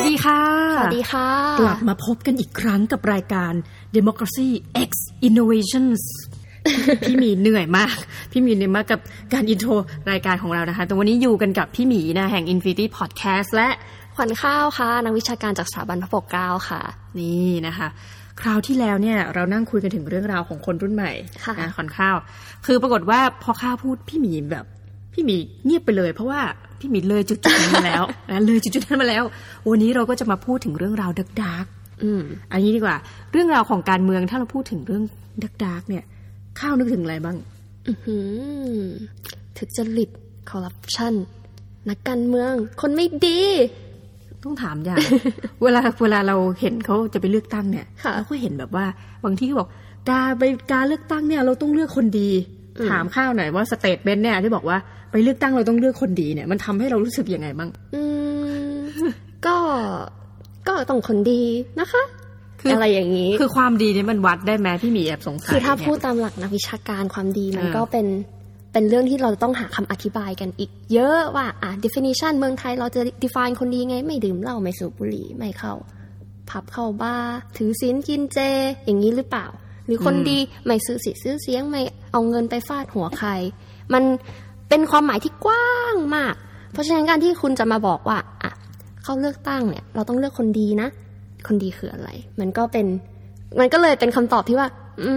ดีค่ะสวัสดีค่ะกลับมาพบกันอีกครั้งกับรายการ Democracy X Innovations พี่หมีเหนื่อยมากพี่หมีเหนื่อยมากกับการอินโทรรายการของเรานะคะแต่วันนี้อยู่กันกับพี่หมีนะแห่ง Infinity Podcast และขวัญข้าวค่ะนักวิชาการจากสถาบันพระปกเกล้าค่ะนี่นะคะคราวที่แล้วเนี่ยเรานั่งคุยกันถึงเรื่องราวของคนรุ่นใหม่นะขวัญข้าวคือปรากฏว่าพอข้าวพูดพี่หมีแบบพี่หมีเงียบไปเลยเพราะว่าพี่หมีเลยจุดๆนั้นมาแล้วนะเลยจุดๆนั้นมาแล้ววันนี้เราก็จะมาพูดถึงเรื่องราวดาร์กๆอันนี้ดีกว่าเรื่องราวของการเมืองถ้าเราพูดถึงเรื่องดาร์กๆเนี่ยข้าวนึกถึงอะไรบ้างทุจริตคอร์รัปชันนักการเมืองคนไม่ดีต้องถามอย่าง เวลาเราเห็นเขาจะไปเลือกตั้งเนี่ยเราก็เห็นแบบว่าบางที่เขาบอกการเลือกตั้งเนี่ยเราต้องเลือกคนดีถามข้าวหน่อยว่าสเตทเมนต์เนี่ยที่บอกว่าไปเลือกตั้งเราต้องเลือกคนดีเนี่ยมันทำให้เรารู้สึกยังไงบ้างก็ต้องคนดีนะคะอะไรอย่างนี้คือความดีเนี่ยมันวัดได้ไหมพี่หมีแอบสงสัยคือถ้าพูดตามหลักนักวิชาการความดีมันก็เป็นเรื่องที่เราต้องหาคำอธิบายกันอีกเยอะว่าdefinition เมืองไทยเราจะ define คนดีไงไม่ดื่มเหล้าไม่สูบบุหรี่ไม่เข้าผับเข้าบาร์ถือศีลกินเจอย่างนี้หรือเปล่าหรือคนดีไม่ซื้อสิซื้อเสียงไม่เอาเงินไปฟาดหัวใครมันเป็นความหมายที่กว้างมากเพราะฉะนั้นการที่คุณจะมาบอกว่าเข้าเลือกตั้งเนี่ยเราต้องเลือกคนดีนะคนดีคืออะไรมันก็เลยเป็นคำตอบที่ว่า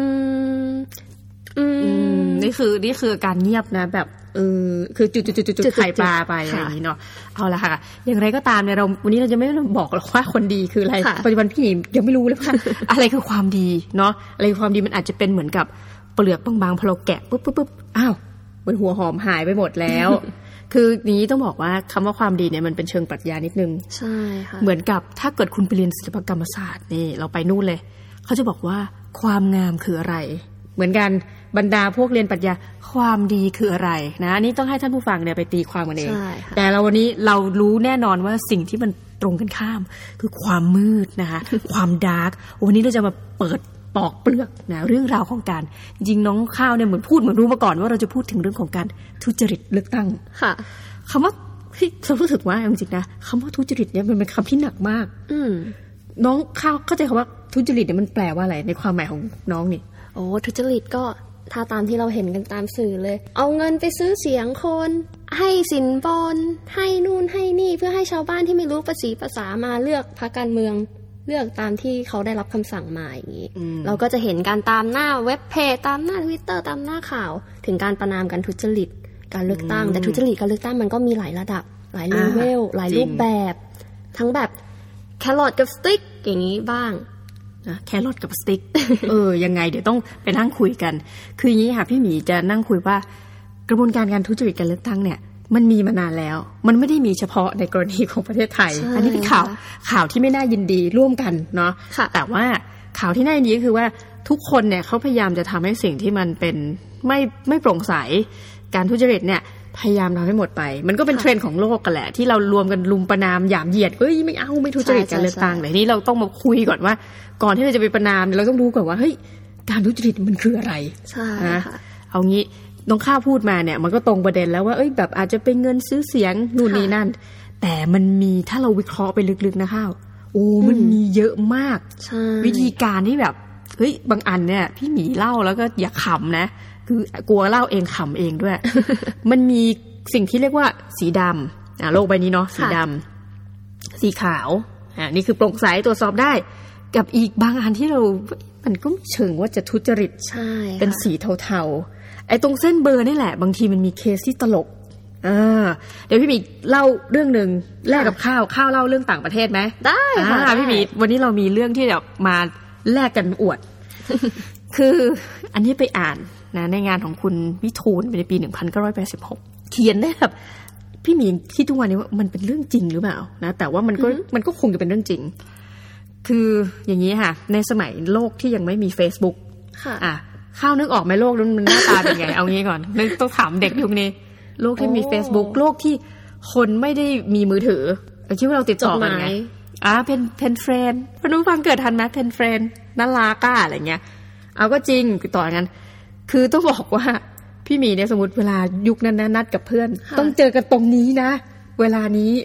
นี่คือการเงียบนะแบบคือจุดไข่ปลาไปอย่างนี้เนาะเอาละค่ะอย่างไรก็ตามเนี่ยวันนี้เราจะไม่บอกหรอกว่าคนดีคืออะไรปัจจุบันพี่ยังไม่รู้เลยว่าอะไรคือความดีเนาะอะไรคือความดีมันอาจจะเป็นเหมือนกับเปลือกบางๆพอเราแกะปุ๊บอ้าวบนหัวหอมหายไปหมดแล้ว คือนี้ต้องบอกว่าคำว่าความดีเนี่ยมันเป็นเชิงปรัชญานิดนึงใช่ค่ะเหมือนกับถ้าเกิดคุณไปเรียนศิลปกรรมศาสตร์นี่เราไปนู่นเลยเขาจะบอกว่าความงามคืออะไรเหมือนกันบรรดาพวกเรียนปรัชญาความดีคืออะไรนะนี่ต้องให้ท่านผู้ฟังเนี่ยไปตีความกันเองแต่วันนี้เรารู้แน่นอนว่าสิ่งที่มันตรงกันข้ามคือความมืดนะคะความดาร์กวันนี้เราจะมาเปิดปอกเปลือกนะเรื่องราวของการจริงน้องข้าวเนี่ยเหมือนพูดเหมือนรู้มาก่อนว่าเราจะพูดถึงเรื่องของการทุจริตเลือกตั้งค่ะคำว่าที่เรารู้สึกว่าจริงๆนะคำว่าทุจริตเนี่ยมันเป็นคำที่หนักมากน้องข้าวเข้าใจคำว่าทุจริตเนี่ยมันแปลว่าอะไรในความหมายของน้องนี่โอ้ทุจริตก็ถ้าตามที่เราเห็นกันตามสื่อเลยเอาเงินไปซื้อเสียงคนให้สินบนให้นู่นให้นี่เพื่อให้ชาวบ้านที่ไม่รู้ภาษีภาษามาเลือกพรรคการเมืองเลือกตามที่เขาได้รับคำสั่งมาอย่างนี้เราก็จะเห็นการตามหน้าเว็บเพจตามหน้า Twitter ตามหน้าข่าวถึงการประณามการทุจริตการเลือกตั้งแต่ทุจริตการเลือกตั้งมันก็มีหลายระดับหลายเลเวลหลายรูปแบบทั้งแบบแครอทกับสติ๊กอย่างนี้บ้างแครอทกับสติ๊ก ยังไงเดี๋ยวต้องไปนั่งคุยกันคืออย่างนี้ค่ะพี่หมีจะนั่งคุยว่ากระบวนการทุจริตการเลือกตั้งเนี่ยมันมีมานานแล้วมันไม่ได้มีเฉพาะในกรณีของประเทศไทยอันนี้เป็นข่าวที่ไม่น่ายินดีร่วมกันเนาะแต่ว่าข่าวที่น่ายินดีก็คือว่าทุกคนเนี่ยเขาพยายามจะทำให้สิ่งที่มันเป็นไม่โปร่งใสการทุจริตเนี่ยพยายามทำให้หมดไปมันก็เป็นเทรนด์ของโลกกันแหละที่เรารวมกันลุมประณามหยามเหยียดไม่เอาไม่ทุจริตการเลือกตั้งแต่นี้เราต้องมาคุยก่อนว่าก่อนที่เราจะไปประณามเราต้องรู้ก่อนว่าเฮ้ยการทุจริตมันคืออะไรใช่ค่ะเอางี้น้องข้าวพูดมาเนี่ยมันก็ตรงประเด็นแล้วว่าแบบอาจจะเป็นเงินซื้อเสียงนู่นนี่นั่นแต่มันมีถ้าเราวิเคราะห์ไปลึกๆนะข้าวมันมีเยอะมากวิธีการที่แบบบางอันเนี่ยพี่หมีเล่าแล้วก็อย่าขำนะคือกลัวเล่าเองขำเองด้วย มันมีสิ่งที่เรียกว่าสีดำโลกใบนี้เนาะสีดำสีขาวนี่คือโปร่งใสตรวจสอบได้กับอีกบางอันที่มันก็เชิงว่าจะทุจริตเป็นสีเทาๆไอ้ตรงเส้นเบอร์นี่แหละบางทีมันมีเคสที่ตลกเดี๋ยวพี่หมีเล่าเรื่องนึงแลกกับข้าวเล่าเรื่องต่างประเทศไหมได้ค่ะพี่หมีวันนี้เรามีเรื่องที่แบบมาแลกกันอวด คืออันนี้ไปอ่านนะในงานของคุณวิทูลในปี1986เขียนได้แบบพี่หมีคิดทุกวันนี้ว่ามันเป็นเรื่องจริงหรือเปล่านะแต่ว่ามันก็คงจะเป็นเรื่องจริงคืออย่างนี้ค่ะในสมัยโลกที่ยังไม่มี Facebook ค่ะข้าวนึกออกไหมโลกนั้นมันหน้าตาเป็นไง เอางี้ก่อนนึกต้องถามเด็กยุคนี้โลกที่มี Facebook โลกที่คนไม่ได้มีมือถือคิดว่าเราติดต่อกันไงเพนเฟรนด์พนุฟังเกิดทันไหมเพนเฟรนด์น่ารักอะไรเงี้ยเอาก็จริงติดต่อกันคือต้องบอกว่าพี่หมีเนี่ยสมมติเวลายุคนั้นนัดกับเพื่อนต้องเจอกันตรงนี้นะเวลานี้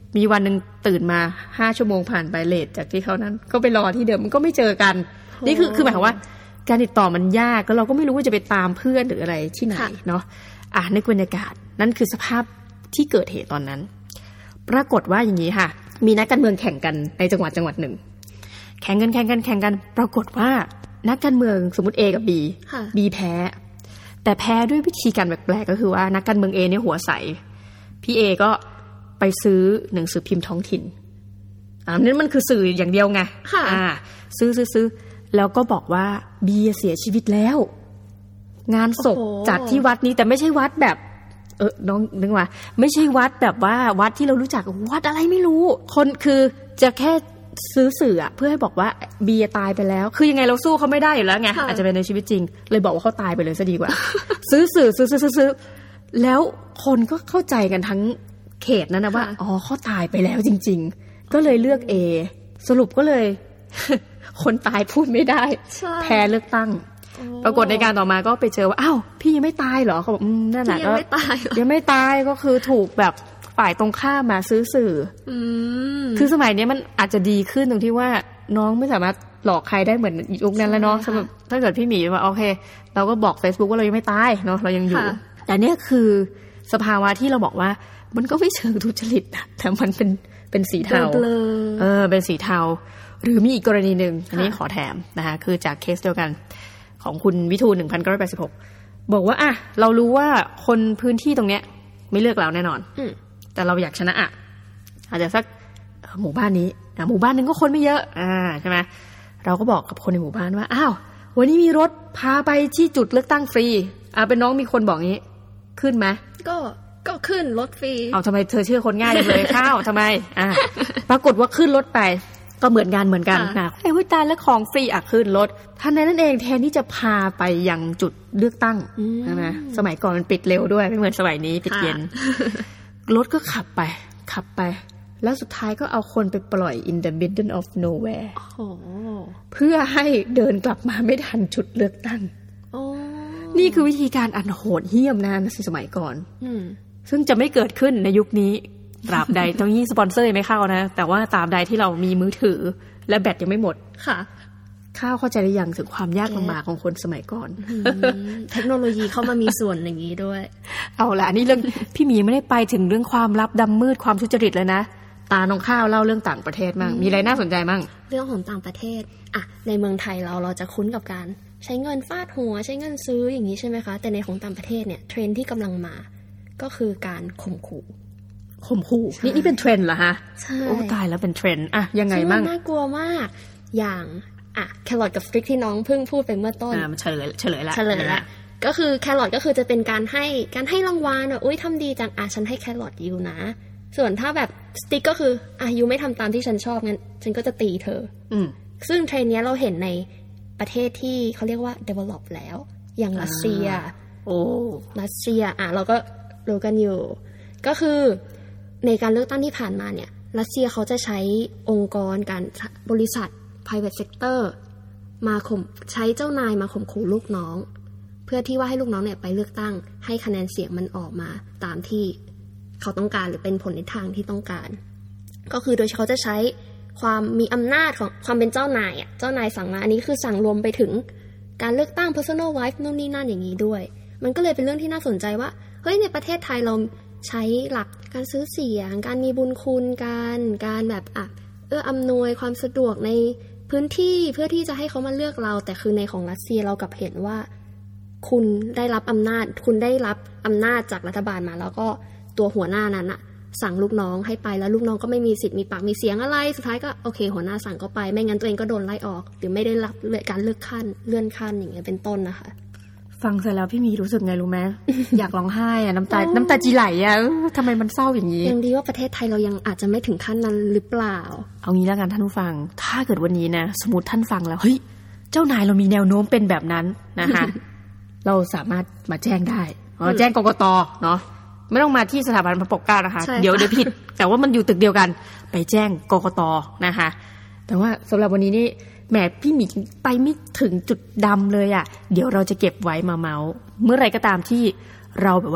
มีวันนึงตื่นมา5ชั่วโมงผ่านไปเลทจากที่เขานั้นก็ไปรอที่เดิมมันก็ไม่เจอกันนี่คือหมายความว่าการติดต่อมันยากแล้วเราก็ไม่รู้ว่าจะไปตามเพื่อนหรืออะไรที่ไหนเนาะในบรรยากาศนั่นคือสภาพที่เกิดเหตุตอนนั้นปรากฏว่าอย่างนี้ค่ะมีนักการเมืองแข่งกันในจังหวัดหนึ่งแข่งกันปรากฏว่านักการเมืองสมมุติ A กับ B B แพ้แต่แพ้ด้วยวิธีการแปลกๆก็คือว่านักการเมือง A เนี่ยหัวใสพี่ A ก็ไปซื้อหนังสือพิมพ์ท้องถิ่นนั่นมันคือสื่ออย่างเดียวไงซื้อแล้วก็บอกว่า B เสียชีวิตแล้วงานศพจัดที่วัดนี้แต่ไม่ใช่วัดแบบน้องนึกว่าไม่ใช่วัดแบบว่าวัดที่เรารู้จักวัดอะไรไม่รู้คนคือจะแค่ซื้อสื่อเพื่อให้บอกว่าเบียตายไปแล้วคือยังไงเราสู้เขาไม่ได้อยู่แล้วไงอาจจะเป็นในชีวิตจริงเลยบอกว่าเขาตายไปเลยซะดีกว่า ซื้อสื่อซื้อแล้วคนก็เข้าใจกันทั้งเขตนั้นนะว่าอ๋อเขาตายไปแล้วจริงๆก็เลยเลือก A สรุปก็เลย คนตายพูดไม่ได้แพ้เลือกตั้งปรากฏในการต่อมาก็ไปเจอว่าอ้าวพี่ยังไม่ตายเหรอเขาบอกนั่นแหละก็ยังไม่ตายก็คือถูกแบบฝ่ายตรงข้ามมาซื้อสื่อคือสมัยนี้มันอาจจะดีขึ้นตรงที่ว่าน้องไม่สามารถหลอกใครได้เหมือนยุคนั้นแล้วเนาะสำหรับถ้าเกิดพี่หมีว่าโอเคเราก็บอก Facebook ว่าเรายังไม่ตายเนาะเรายังอยู่แต่เนี่ยคือสภาวะที่เราบอกว่ามันก็ไม่เชิงทุจริตนะแต่มันเป็นสีเทาเป็นสีเทาหรือมีอีกกรณีนึงอันนี้ขอแถมนะคะคือจากเคสเดียวกันของคุณวิทูล1986บอกว่าอ่ะเรารู้ว่าคนพื้นที่ตรงเนี้ยไม่เลือกเราแน่นอนแต่เราอยากชนะอาจจะสักหมู่บ้านนี้หมู่บ้านนึงก็คนไม่เยอะใช่ไหมเราก็บอกกับคนในหมู่บ้านว่าอ้าววันนี้มีรถพาไปที่จุดเลือกตั้งฟรีเป็นน้องมีคนบอกงี้ขึ้นไหมก็ขึ้นรถฟรีเอาทำไมเธอเชื่อคนง่ายเลยข้าวทำไมปรากฏว่าขึ้นรถไปก็เหมือนกันนะไอ้วิจารณ์และของฟรีขึ้นรถท่านนั้นเองแทนที่จะพาไปยังจุดเลือกตั้งใช่ไหมสมัยก่อนมันปิดเร็วด้วยไม่เหมือนสมัยนี้ปิดเย็นรถก็ขับไปแล้วสุดท้ายก็เอาคนไปปล่อย in the middle of nowhere เพื่อให้เดินกลับมาไม่ทันจุดเลือกตั้งนี่คือวิธีการอันโหดเหี้ยมนะในสมัยก่อนซึ่งจะไม่เกิดขึ้นในยุคนี้ตราบใดตรงนี้สปอนเซอร์ไม่เข้านะแต่ว่าตราบใดที่เรามีมือถือและแบตยังไม่หมดค่ะข้าวเข้าใจหรือยังถึงความยากลำบากของคนสมัยก่อนเทคโนโลยีเข้ามามีส่วนอย่างนี้ด้วยเอาละอันนี้เรื่องพี่หมีไม่ได้ไปถึงเรื่องความลับดำมืดความทุจริตเลยนะตาน้องข้าวเล่าเรื่องต่างประเทศมั่งมีอะไรน่าสนใจมั่งเรื่องของต่างประเทศในเมืองไทยเราจะคุ้นกับการใช้เงินฟาดหัวใช้เงินซื้ออย่างนี้ใช่ไหมคะแต่ในของต่างประเทศเนี่ยเทรนด์ที่กำลังมาก็คือการข่มขู่นี่เป็นเทรนด์เหรอฮะใช่โอ้ตายแล้วเป็นเทรนด์ยังไงมั่งน่ากลัวมากอย่างแครอทกับสตริกที่น้องเพิ่งพูดไปเมื่อต้นมันเฉลยละก็คือแครอทก็คือจะเป็นการให้รางวัลอุ้ยทำดีจังฉันให้แครอทยูนะส่วนถ้าแบบสติ๊กก็คือยูไม่ทำตามที่ฉันชอบงั้นฉันก็จะตีเธอซึ่งเทรนด์นี้เราเห็นในประเทศที่เขาเรียกว่า develop แล้วอย่างรัสเซียรัสเซียเราก็รู้กันอยู่ก็คือในการเลือกตั้งที่ผ่านมาเนี่ยรัสเซียเขาจะใช้องค์กรการบริษัท private sector มาใช้เจ้านายมาข่มขู่ลูกน้องเพื่อที่ว่าให้ลูกน้องเนี่ยไปเลือกตั้งให้คะแนนเสียงมันออกมาตามที่เขาต้องการหรือเป็นผลในทางที่ต้องการก็คือโดยเขาจะใช้ความมีอำนาจของความเป็นเจ้านายเจ้านายสั่งมาอันนี้คือสั่งรวมไปถึงการเลือกตั้ง personal wife นู่นนี่นั่นอย่างนี้ด้วยมันก็เลยเป็นเรื่องที่น่าสนใจว่าเฮ้ยในประเทศไทยเราใช้หลักการซื้อเสียงการมีบุญคุณการแบบอำนวยความสะดวกในพื้นที่เพื่อที่จะให้เขามาเลือกเราแต่คือในของรัสเซียเรากลับเห็นว่าคุณได้รับอำนาจจากรัฐบาลมาแล้วก็ตัวหัวหน้านั้นสั่งลูกน้องให้ไปแล้วลูกน้องก็ไม่มีสิทธิ์มีปากมีเสียงอะไรสุดท้ายก็โอเคหัวหน้าสั่งก็ไปไม่งั้นตัวเองก็โดนไล่ออกหรือไม่ได้รับการเลื่อนขั้นอย่างเงี้ยเป็นต้นนะคะฟังเสร็จแล้วพี่มีรู้สึกไงรู้ไหม อยากร้องไห้น้ำตาจีไหลทำไมมันเศร้าอย่างนี้ยังดีว่าประเทศไทยเรายังอาจจะไม่ถึงขั้นนั้นหรือเปล่าเอางี้แล้วกันท่านผู้ฟังถ้าเกิดวันนี้นะสมมติท่านฟังแล้วเฮ้ยเจ้านายเรามีแนวโน้มเป็นแบบนั้นนะคะ เราสามารถมาแจ้งได้แจ้งกกต.เนาะไม่ต้องมาที่สถาบันพระปกเกล้านะคะเดี๋ยวผิดแต่ว่ามันอยู่ตึกเดียวกันไปแจ้งกกต.นะคะแต่ว่าสำหรับวันนี้นี่แหมพี่หมีไปไม่ถึงจุดดำเลยเดี๋ยวเราจะเก็บไว้มาเมาส์เมื่อไรก็ตามที่เราแบบว่า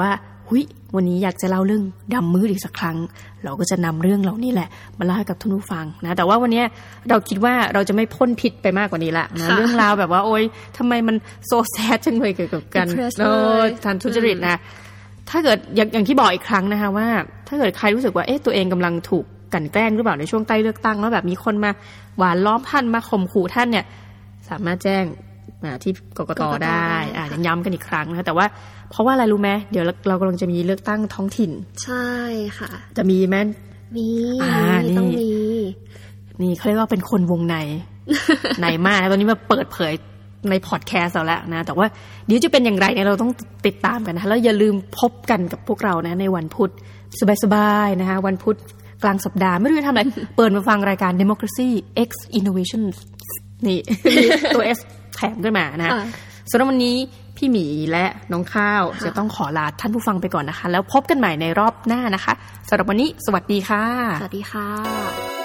วันนี้อยากจะเล่าเรื่องดำมืดอีกสักครั้งเราก็จะนำเรื่องเหล่านี้แหละมาเล่าให้กับท่านผู้ฟังนะแต่ว่าวันนี้เราคิดว่าเราจะไม่พ่นพิษไปมากกว่านี้ละนะเรื่องราวแบบว่าโอ๊ยทำไมมันโซแซดจังเลยเกี่ยวกับการทางทุจริตนะถ้าเกิดอย่างที่บอกอีกครั้งนะคะว่าถ้าเกิดใครรู้สึกว่าตัวเองกำลังถูกกลั่นแกล้งหรือเปล่าในช่วงใกล้เลือกตั้งแล้วแบบมีคนมาหวานล้อมท่านมาข่มขู่ท่านเนี่ยสามารถแจ้งที่กกต.ได้ยังย้ำกันอีกครั้งนะแต่ว่าเพราะว่าอะไรรู้ไหมเดี๋ยวเรากำลังจะมีเลือกตั้งท้องถิ่นใช่ค่ะจะมีไหมมีต้องมีนี่เขาเรียกว่าเป็นคนวงใน ในมากนะตอนนี้มาเปิดเผยในพอดแคสต์แล้วนะแต่ว่าเดี๋ยวจะเป็นอย่างไรเนี่ยเราต้องติดตามกันนะแล้วอย่าลืมพบกันกับพวกเรานะในวันพุธสบายๆนะคะวันพุธกลางสัปดาห์ไม่รู้จะทำอะไร เปิดมาฟังรายการ Democracy X Innovation นี่ ตัว S แถมขึ้นมานะสำหรับวันนี้พี่หมีและน้องข้าวจะต้องขอลาท่านผู้ฟังไปก่อนนะคะแล้วพบกันใหม่ในรอบหน้านะคะสำหรับวันนี้สวัสดีค่ะสวัสดีค่ะ